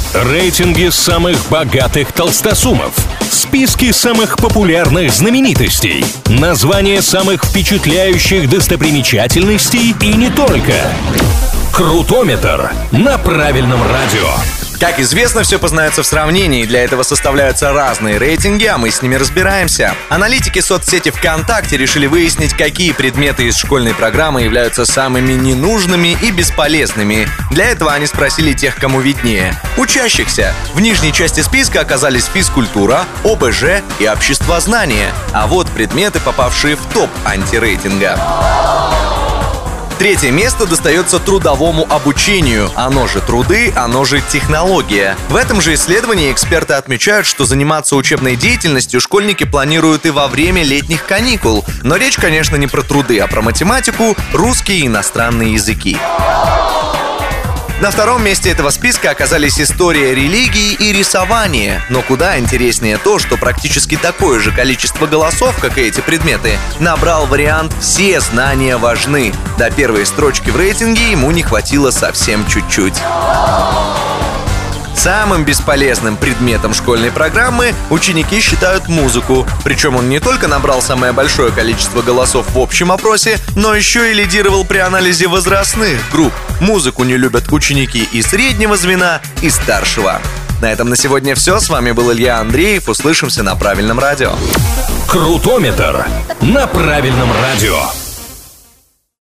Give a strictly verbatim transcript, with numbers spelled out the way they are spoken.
Рейтинги самых богатых толстосумов. Списки самых популярных знаменитостей. Названия самых впечатляющих достопримечательностей и не только. Крутометр на правильном радио. Как известно, все познается в сравнении. Для этого составляются разные рейтинги, а мы с ними разбираемся. Аналитики соцсети ВКонтакте решили выяснить, какие предметы из школьной программы являются самыми ненужными и бесполезными. Для этого они спросили тех, кому виднее. Учащихся. В нижней части списка оказались физкультура, ОБЖ и обществознание. А вот предметы, попавшие в топ антирейтинга. Третье место достается трудовому обучению, оно же труды, оно же технология. В этом же исследовании эксперты отмечают, что заниматься учебной деятельностью школьники планируют и во время летних каникул. Но речь, конечно, не про труды, а про математику, русский и иностранные языки. На втором месте этого списка оказались история религии и рисование. Но куда интереснее то, что практически такое же количество голосов, как и эти предметы, набрал вариант «Все знания важны». До первой строчки в рейтинге ему не хватило совсем чуть-чуть. Самым бесполезным предметом школьной программы ученики считают музыку. Причем он не только набрал самое большое количество голосов в общем опросе, но еще и лидировал при анализе возрастных групп. Музыку не любят ученики и среднего звена, и старшего. На этом на сегодня все. С вами был Илья Андреев. Услышимся на правильном радио. Крутометр на правильном радио.